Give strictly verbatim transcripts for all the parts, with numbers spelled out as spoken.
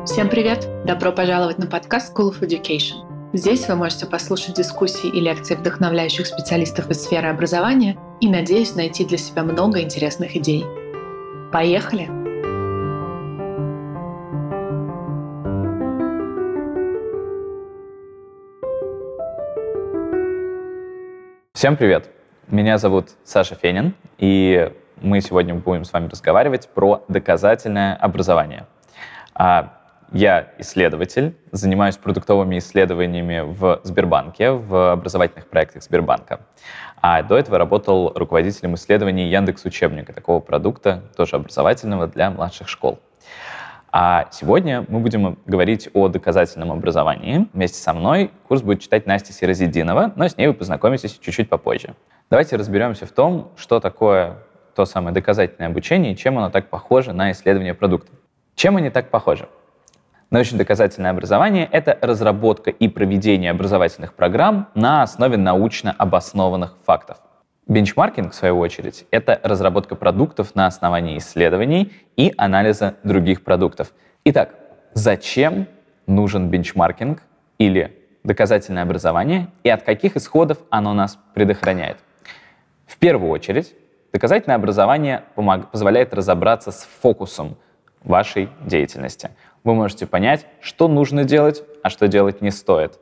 Всем привет! Добро пожаловать на подкаст School of Education. Здесь вы можете послушать дискуссии и лекции вдохновляющих специалистов из сферы образования и, надеюсь, найти для себя много интересных идей. Поехали! Всем привет! Меня зовут Саша Фенин, и мы сегодня будем с вами разговаривать про доказательное образование. Я исследователь, занимаюсь продуктовыми исследованиями в Сбербанке, в образовательных проектах Сбербанка. А до этого работал руководителем исследований Яндекс.Учебника, такого продукта, тоже образовательного для младших школ. А сегодня мы будем говорить о доказательном образовании. Вместе со мной курс будет читать Настя Сирозиддинова, но с ней вы познакомитесь чуть-чуть попозже. Давайте разберемся в том, что такое то самое доказательное обучение и чем оно так похоже на исследование продукта. Чем они так похожи? Научно-доказательное образование — это разработка и проведение образовательных программ на основе научно обоснованных фактов. Бенчмаркинг, в свою очередь, это разработка продуктов на основании исследований и анализа других продуктов. Итак, зачем нужен бенчмаркинг или доказательное образование и от каких исходов оно нас предохраняет? В первую очередь, доказательное образование помог... позволяет разобраться с фокусом вашей деятельности. Вы можете понять, что нужно делать, а что делать не стоит,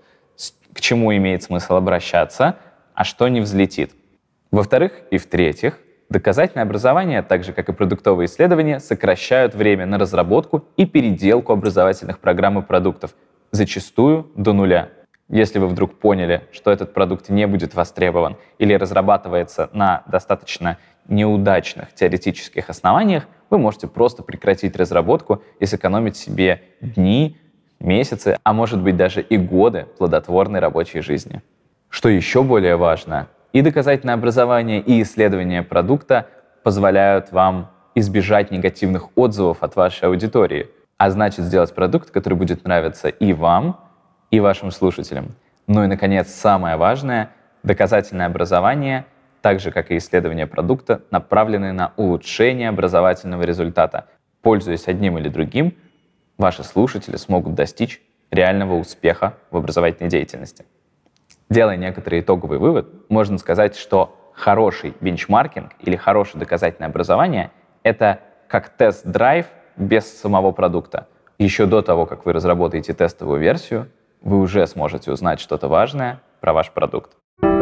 к чему имеет смысл обращаться, а что не взлетит. Во-вторых и в-третьих, доказательное образование, так же как и продуктовые исследования, сокращают время на разработку и переделку образовательных программ и продуктов, зачастую до нуля. Если вы вдруг поняли, что этот продукт не будет востребован или разрабатывается на достаточно неудачных теоретических основаниях, вы можете просто прекратить разработку и сэкономить себе дни, месяцы, а может быть даже и годы плодотворной рабочей жизни. Что еще более важно, и доказательное образование, и исследования продукта позволяют вам избежать негативных отзывов от вашей аудитории, а значит сделать продукт, который будет нравиться и вам, и вашим слушателям. Ну и, наконец, самое важное, доказательное образование, так же, как и исследования продукта, направлены на улучшение образовательного результата. Пользуясь одним или другим, ваши слушатели смогут достичь реального успеха в образовательной деятельности. Делая некоторый итоговый вывод, можно сказать, что хороший бенчмаркинг или хорошее доказательное образование — это как тест-драйв без самого продукта. Еще до того, как вы разработаете тестовую версию, вы уже сможете узнать что-то важное про ваш продукт.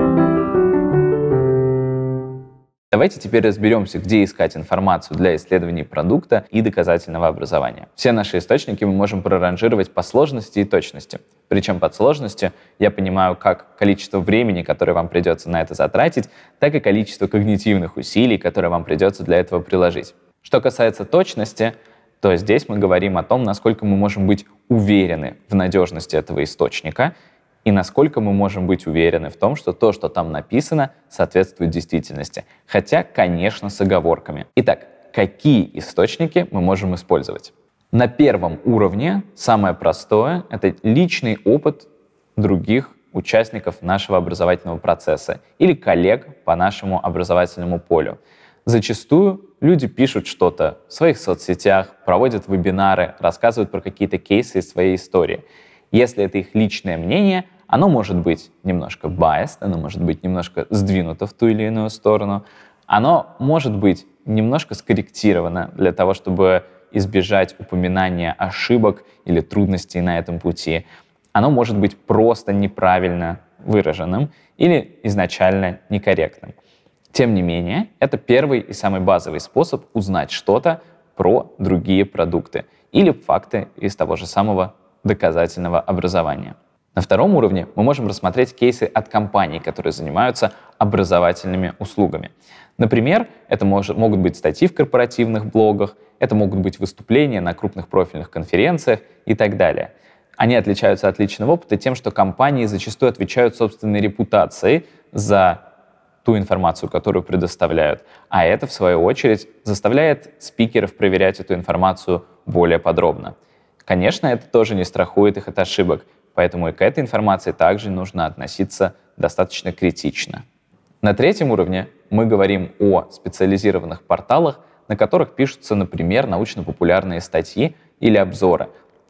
Давайте теперь разберемся, где искать информацию для исследований продукта и доказательного образования. Все наши источники мы можем проранжировать по сложности и точности. Причем под сложностью я понимаю как количество времени, которое вам придется на это затратить, так и количество когнитивных усилий, которые вам придется для этого приложить. Что касается точности, то здесь мы говорим о том, насколько мы можем быть уверены в надежности этого источника и насколько мы можем быть уверены в том, что то, что там написано, соответствует действительности. Хотя, конечно, с оговорками. Итак, какие источники мы можем использовать? На первом уровне самое простое — это личный опыт других участников нашего образовательного процесса или коллег по нашему образовательному полю. Зачастую люди пишут что-то в своих соцсетях, проводят вебинары, рассказывают про какие-то кейсы из своей истории. Если это их личное мнение, оно может быть немножко biased, оно может быть немножко сдвинуто в ту или иную сторону, оно может быть немножко скорректировано для того, чтобы избежать упоминания ошибок или трудностей на этом пути. Оно может быть просто неправильно выраженным или изначально некорректным. Тем не менее, это первый и самый базовый способ узнать что-то про другие продукты или факты из того же самого доказательного образования. На втором уровне мы можем рассмотреть кейсы от компаний, которые занимаются образовательными услугами. Например, это может, могут быть статьи в корпоративных блогах, это могут быть выступления на крупных профильных конференциях и так далее. Они отличаются от личного опыта тем, что компании зачастую отвечают собственной репутацией за ту информацию, которую предоставляют, а это, в свою очередь, заставляет спикеров проверять эту информацию более подробно. Конечно, это тоже не страхует их от ошибок, поэтому и к этой информации также нужно относиться достаточно критично. На третьем уровне мы говорим о специализированных порталах, на которых пишутся, например, научно-популярные статьи или обзоры.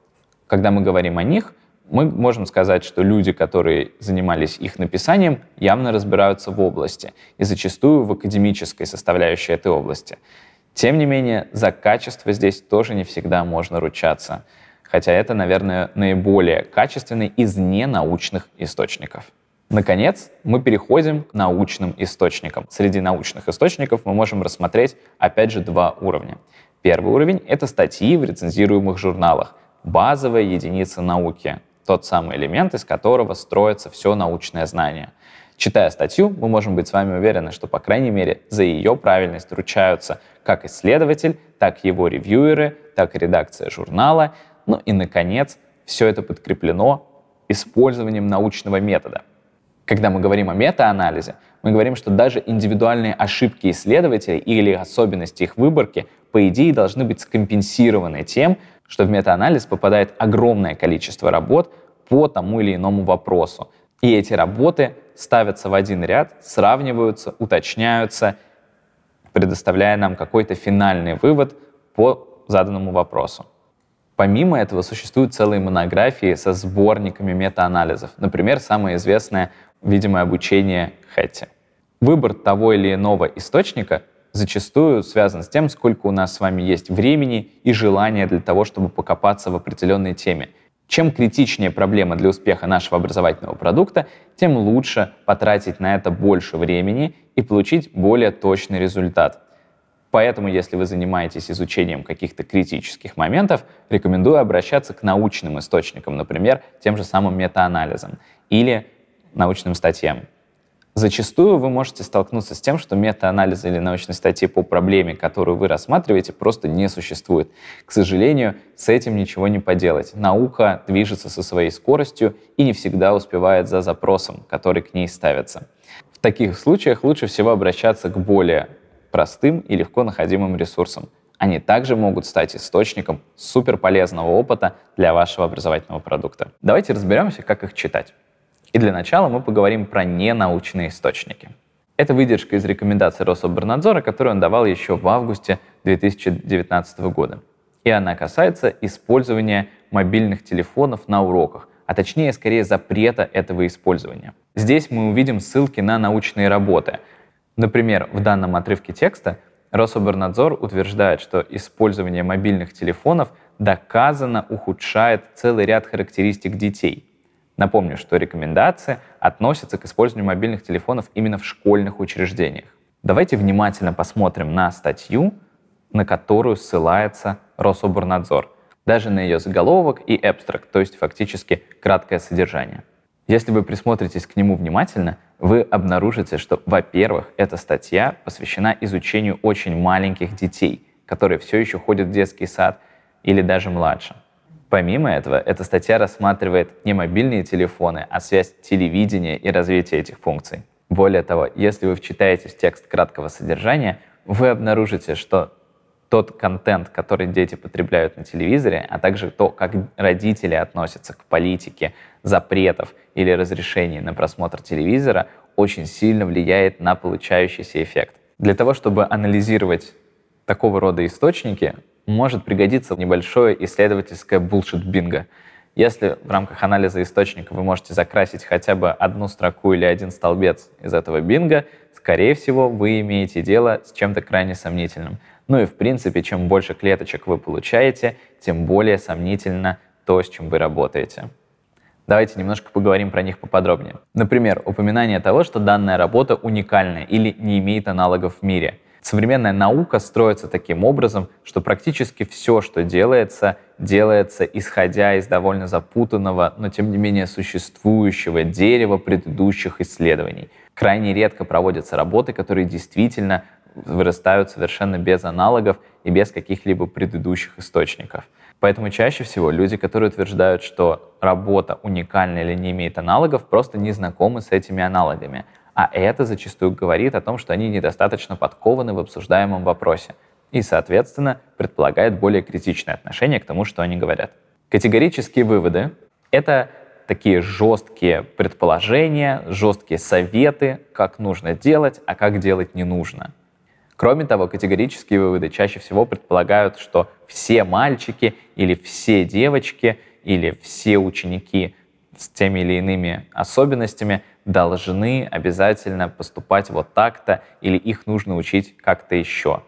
Когда мы говорим о них, мы можем сказать, что люди, которые занимались их написанием, явно разбираются в области и зачастую в академической составляющей этой области. Тем не менее, за качество здесь тоже не всегда можно ручаться, хотя это, наверное, наиболее качественный из ненаучных источников. Наконец, мы переходим к научным источникам. Среди научных источников мы можем рассмотреть, опять же, два уровня. Первый уровень — это статьи в рецензируемых журналах, базовая единица науки, тот самый элемент, из которого строится все научное знание. Читая статью, мы можем быть с вами уверены, что, по крайней мере, за ее правильность ручаются как исследователь, так и его ревьюеры, так и редакция журнала. Ну и, наконец, все это подкреплено использованием научного метода. Когда мы говорим о метаанализе, мы говорим, что даже индивидуальные ошибки исследователей или особенности их выборки, по идее, должны быть скомпенсированы тем, что в метаанализ попадает огромное количество работ по тому или иному вопросу. И эти работы ставятся в один ряд, сравниваются, уточняются, предоставляя нам какой-то финальный вывод по заданному вопросу. Помимо этого существуют целые монографии со сборниками метаанализов. Например, самое известное «Видимое обучение» Хэтти. Выбор того или иного источника зачастую связан с тем, сколько у нас с вами есть времени и желания для того, чтобы покопаться в определенной теме. Чем критичнее проблема для успеха нашего образовательного продукта, тем лучше потратить на это больше времени и получить более точный результат. Поэтому, если вы занимаетесь изучением каких-то критических моментов, рекомендую обращаться к научным источникам, например, тем же самым метаанализам или научным статьям. Зачастую вы можете столкнуться с тем, что метаанализа или научной статьи по проблеме, которую вы рассматриваете, просто не существует. К сожалению, с этим ничего не поделать. Наука движется со своей скоростью и не всегда успевает за запросом, который к ней ставится. В таких случаях лучше всего обращаться к более простым и легко находимым ресурсам. Они также могут стать источником суперполезного опыта для вашего образовательного продукта. Давайте разберемся, как их читать. И для начала мы поговорим про ненаучные источники. Это выдержка из рекомендаций Рособорнадзора, которую он давал еще в августе две тысячи девятнадцатого года. И она касается использования мобильных телефонов на уроках, а точнее, скорее, запрета этого использования. Здесь мы увидим ссылки на научные работы. Например, в данном отрывке текста Рособорнадзор утверждает, что использование мобильных телефонов доказанно ухудшает целый ряд характеристик детей. Напомню, что рекомендации относятся к использованию мобильных телефонов именно в школьных учреждениях. Давайте внимательно посмотрим на статью, на которую ссылается Рособорнадзор, даже на ее заголовок и абстракт, то есть фактически краткое содержание. Если вы присмотритесь к нему внимательно, вы обнаружите, что, во-первых, эта статья посвящена изучению очень маленьких детей, которые все еще ходят в детский сад или даже младше. Помимо этого, эта статья рассматривает не мобильные телефоны, а связь телевидения и развитие этих функций. Более того, если вы вчитаетесь в текст краткого содержания, вы обнаружите, что тот контент, который дети потребляют на телевизоре, а также то, как родители относятся к политике, запретов или разрешений на просмотр телевизора, очень сильно влияет на получающийся эффект. Для того, чтобы анализировать такого рода источники, может пригодиться небольшое исследовательское булшит-бинго. Если в рамках анализа источника вы можете закрасить хотя бы одну строку или один столбец из этого бинго, скорее всего, вы имеете дело с чем-то крайне сомнительным. Ну и в принципе, чем больше клеточек вы получаете, тем более сомнительно то, с чем вы работаете. Давайте немножко поговорим про них поподробнее. Например, упоминание того, что данная работа уникальная или не имеет аналогов в мире. Современная наука строится таким образом, что практически все, что делается, делается исходя из довольно запутанного, но тем не менее существующего дерева предыдущих исследований. Крайне редко проводятся работы, которые действительно вырастают совершенно без аналогов и без каких-либо предыдущих источников. Поэтому чаще всего люди, которые утверждают, что работа уникальна или не имеет аналогов, просто не знакомы с этими аналогами. А это зачастую говорит о том, что они недостаточно подкованы в обсуждаемом вопросе и, соответственно, предполагает более критичное отношение к тому, что они говорят. Категорические выводы — это такие жесткие предположения, жесткие советы, как нужно делать, а как делать не нужно. Кроме того, категорические выводы чаще всего предполагают, что все мальчики или все девочки или все ученики с теми или иными особенностями должны обязательно поступать вот так-то, или их нужно учить как-то еще.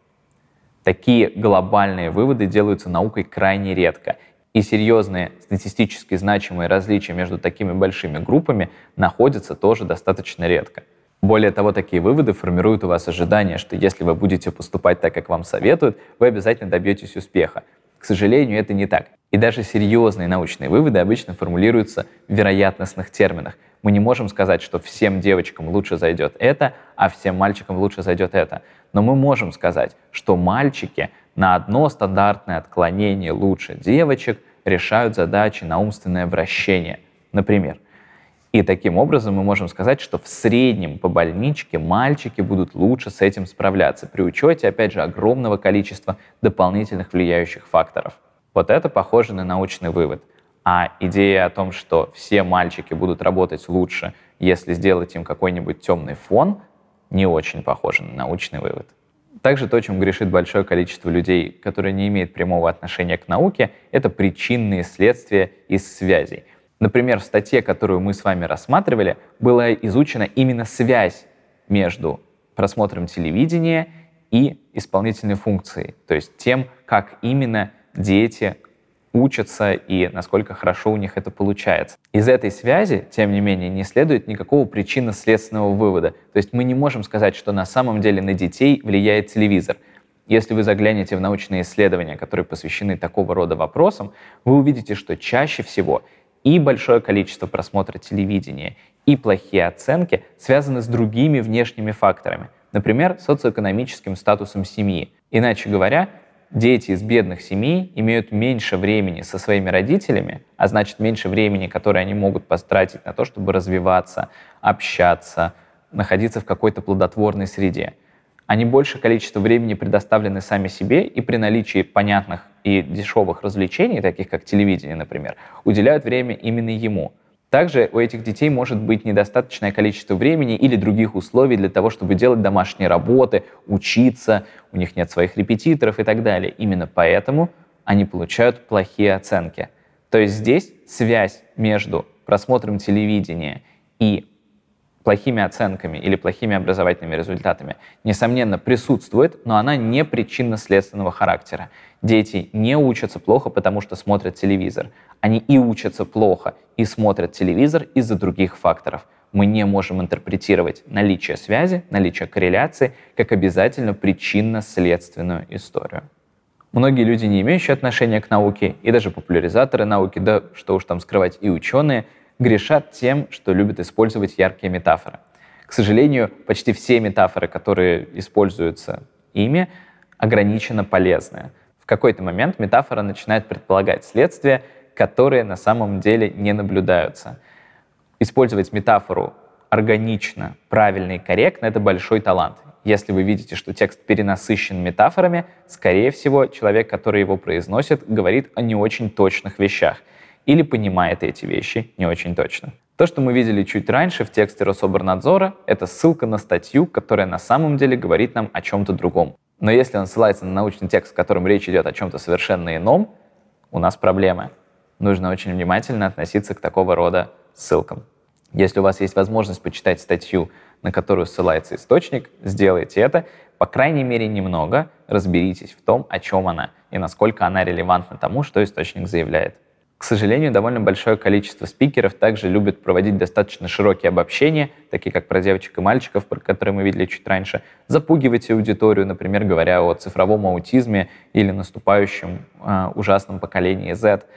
Такие глобальные выводы делаются наукой крайне редко, и серьезные статистически значимые различия между такими большими группами находятся тоже достаточно редко. Более того, такие выводы формируют у вас ожидание, что если вы будете поступать так, как вам советуют, вы обязательно добьетесь успеха. К сожалению, это не так. И даже серьезные научные выводы обычно формулируются в вероятностных терминах. Мы не можем сказать, что всем девочкам лучше зайдет это, а всем мальчикам лучше зайдет это. Но мы можем сказать, что мальчики на одно стандартное отклонение лучше девочек решают задачи на умственное вращение, например. И таким образом мы можем сказать, что в среднем по больничке мальчики будут лучше с этим справляться, при учете, опять же, огромного количества дополнительных влияющих факторов. Вот это похоже на научный вывод. А идея о том, что все мальчики будут работать лучше, если сделать им какой-нибудь темный фон, не очень похожа на научный вывод. Также то, чем грешит большое количество людей, которые не имеют прямого отношения к науке, это причинные следствия из связей. Например, в статье, которую мы с вами рассматривали, была изучена именно связь между просмотром телевидения и исполнительной функцией, то есть тем, как именно дети учатся и насколько хорошо у них это получается. Из этой связи, тем не менее, не следует никакого причинно-следственного вывода. То есть мы не можем сказать, что на самом деле на детей влияет телевизор. Если вы заглянете в научные исследования, которые посвящены такого рода вопросам, вы увидите, что чаще всего и большое количество просмотра телевидения, и плохие оценки связаны с другими внешними факторами, например, социоэкономическим статусом семьи. Иначе говоря, дети из бедных семей имеют меньше времени со своими родителями, а значит, меньше времени, которое они могут потратить на то, чтобы развиваться, общаться, находиться в какой-то плодотворной среде. Они большее количество времени предоставлены сами себе, и при наличии понятных и дешевых развлечений, таких как телевидение, например, уделяют время именно ему. Также у этих детей может быть недостаточное количество времени или других условий для того, чтобы делать домашние работы, учиться, у них нет своих репетиторов и так далее. Именно поэтому они получают плохие оценки. То есть здесь связь между просмотром телевидения и плохими оценками или плохими образовательными результатами, несомненно, присутствует, но она не причинно-следственного характера. Дети не учатся плохо, потому что смотрят телевизор. Они и учатся плохо, и смотрят телевизор из-за других факторов. Мы не можем интерпретировать наличие связи, наличие корреляции как обязательно причинно-следственную историю. Многие люди, не имеющие отношения к науке, и даже популяризаторы науки, да что уж там скрывать, и ученые, грешат тем, что любят использовать яркие метафоры. К сожалению, почти все метафоры, которые используются ими, ограниченно полезны. В какой-то момент метафора начинает предполагать следствия, которые на самом деле не наблюдаются. Использовать метафору органично, правильно и корректно — это большой талант. Если вы видите, что текст перенасыщен метафорами, скорее всего, человек, который его произносит, говорит о не очень точных вещах или понимает эти вещи не очень точно. То, что мы видели чуть раньше в тексте Рособорнадзора, это ссылка на статью, которая на самом деле говорит нам о чем-то другом. Но если он ссылается на научный текст, в котором речь идет о чем-то совершенно ином, у нас проблемы. Нужно очень внимательно относиться к такого рода ссылкам. Если у вас есть возможность почитать статью, на которую ссылается источник, сделайте это. По крайней мере, немного разберитесь в том, о чем она и насколько она релевантна тому, что источник заявляет. К сожалению, довольно большое количество спикеров также любят проводить достаточно широкие обобщения, такие как про девочек и мальчиков, про которые мы видели чуть раньше, запугивать аудиторию, например, говоря о цифровом аутизме или наступающем э, ужасном поколении Z,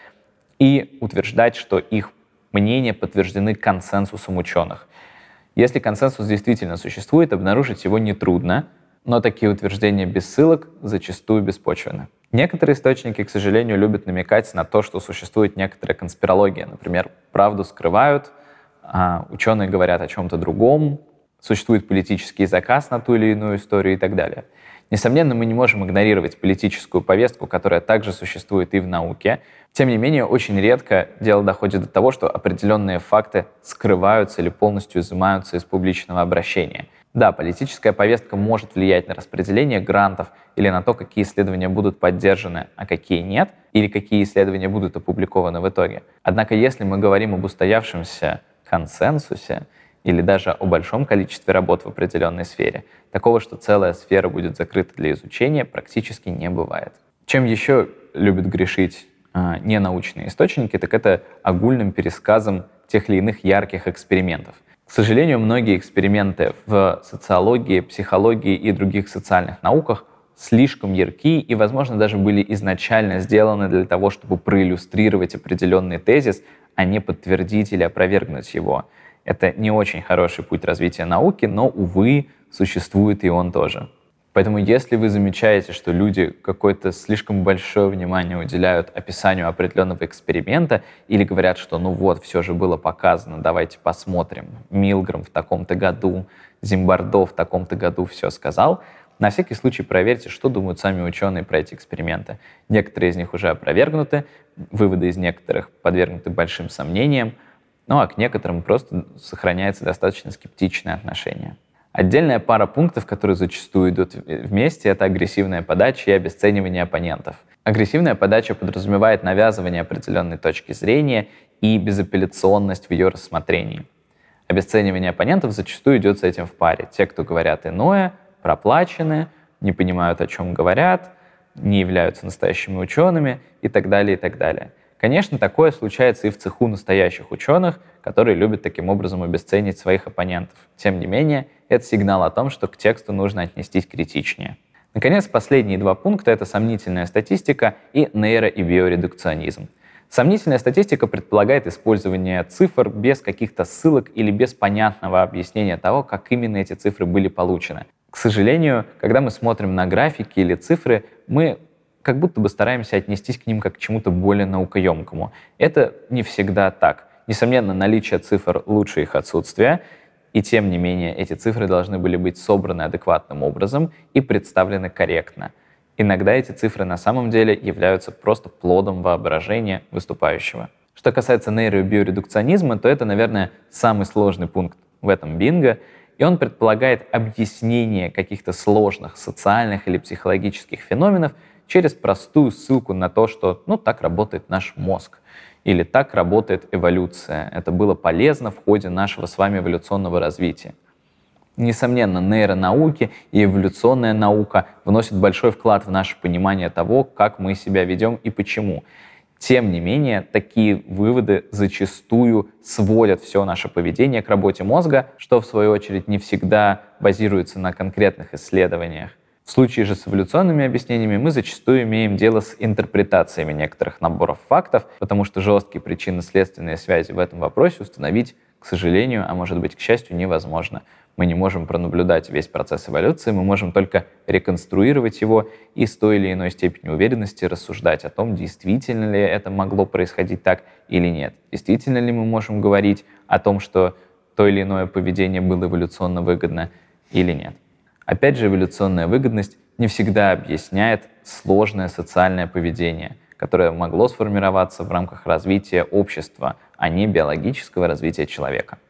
и утверждать, что их мнения подтверждены консенсусом ученых. Если консенсус действительно существует, обнаружить его нетрудно, но такие утверждения без ссылок зачастую беспочвенны. Некоторые источники, к сожалению, любят намекать на то, что существует некоторая конспирология. Например, правду скрывают, а ученые говорят о чем-то другом, существует политический заказ на ту или иную историю и так далее. Несомненно, мы не можем игнорировать политическую повестку, которая также существует и в науке. Тем не менее, очень редко дело доходит до того, что определенные факты скрываются или полностью изымаются из публичного обращения. Да, политическая повестка может влиять на распределение грантов или на то, какие исследования будут поддержаны, а какие нет, или какие исследования будут опубликованы в итоге. Однако, если мы говорим об устоявшемся консенсусе или даже о большом количестве работ в определенной сфере, такого, что целая сфера будет закрыта для изучения, практически не бывает. Чем еще любят грешить э, ненаучные источники, так это огульным пересказом тех или иных ярких экспериментов. К сожалению, многие эксперименты в социологии, психологии и других социальных науках слишком ярки и, возможно, даже были изначально сделаны для того, чтобы проиллюстрировать определенный тезис, а не подтвердить или опровергнуть его. Это не очень хороший путь развития науки, но, увы, существует и он тоже. Поэтому если вы замечаете, что люди какое-то слишком большое внимание уделяют описанию определенного эксперимента или говорят, что ну вот, все же было показано, давайте посмотрим, Милграм в таком-то году, Зимбардо в таком-то году все сказал, на всякий случай проверьте, что думают сами ученые про эти эксперименты. Некоторые из них уже опровергнуты, выводы из некоторых подвергнуты большим сомнениям, ну а к некоторым просто сохраняется достаточно скептичное отношение. Отдельная пара пунктов, которые зачастую идут вместе, это агрессивная подача и обесценивание оппонентов. Агрессивная подача подразумевает навязывание определенной точки зрения и безапелляционность в ее рассмотрении. Обесценивание оппонентов зачастую идет с этим в паре. Те, кто говорят иное, проплачены, не понимают, о чем говорят, не являются настоящими учеными и так далее, и так далее. Конечно, такое случается и в цеху настоящих ученых, которые любят таким образом обесценить своих оппонентов. Тем не менее, это сигнал о том, что к тексту нужно отнестись критичнее. Наконец, последние два пункта — это сомнительная статистика и нейро- и биоредукционизм. Сомнительная статистика предполагает использование цифр без каких-то ссылок или без понятного объяснения того, как именно эти цифры были получены. К сожалению, когда мы смотрим на графики или цифры, мы как будто бы стараемся отнестись к ним как к чему-то более наукоемкому. Это не всегда так. Несомненно, наличие цифр лучше их отсутствия, и тем не менее эти цифры должны были быть собраны адекватным образом и представлены корректно. Иногда эти цифры на самом деле являются просто плодом воображения выступающего. Что касается нейробиоредукционизма, то это, наверное, самый сложный пункт в этом бинго, и он предполагает объяснение каких-то сложных социальных или психологических феноменов через простую ссылку на то, что ну, так работает наш мозг, или так работает эволюция. Это было полезно в ходе нашего с вами эволюционного развития. Несомненно, нейронауки и эволюционная наука вносят большой вклад в наше понимание того, как мы себя ведем и почему. Тем не менее, такие выводы зачастую сводят все наше поведение к работе мозга, что, в свою очередь, не всегда базируется на конкретных исследованиях. В случае же с эволюционными объяснениями мы зачастую имеем дело с интерпретациями некоторых наборов фактов, потому что жесткие причинно-следственные связи в этом вопросе установить, к сожалению, а может быть, к счастью, невозможно. Мы не можем пронаблюдать весь процесс эволюции, мы можем только реконструировать его и с той или иной степенью уверенности рассуждать о том, действительно ли это могло происходить так или нет. Действительно ли мы можем говорить о том, что то или иное поведение было эволюционно выгодно или нет. Опять же, эволюционная выгодность не всегда объясняет сложное социальное поведение, которое могло сформироваться в рамках развития общества, а не биологического развития человека.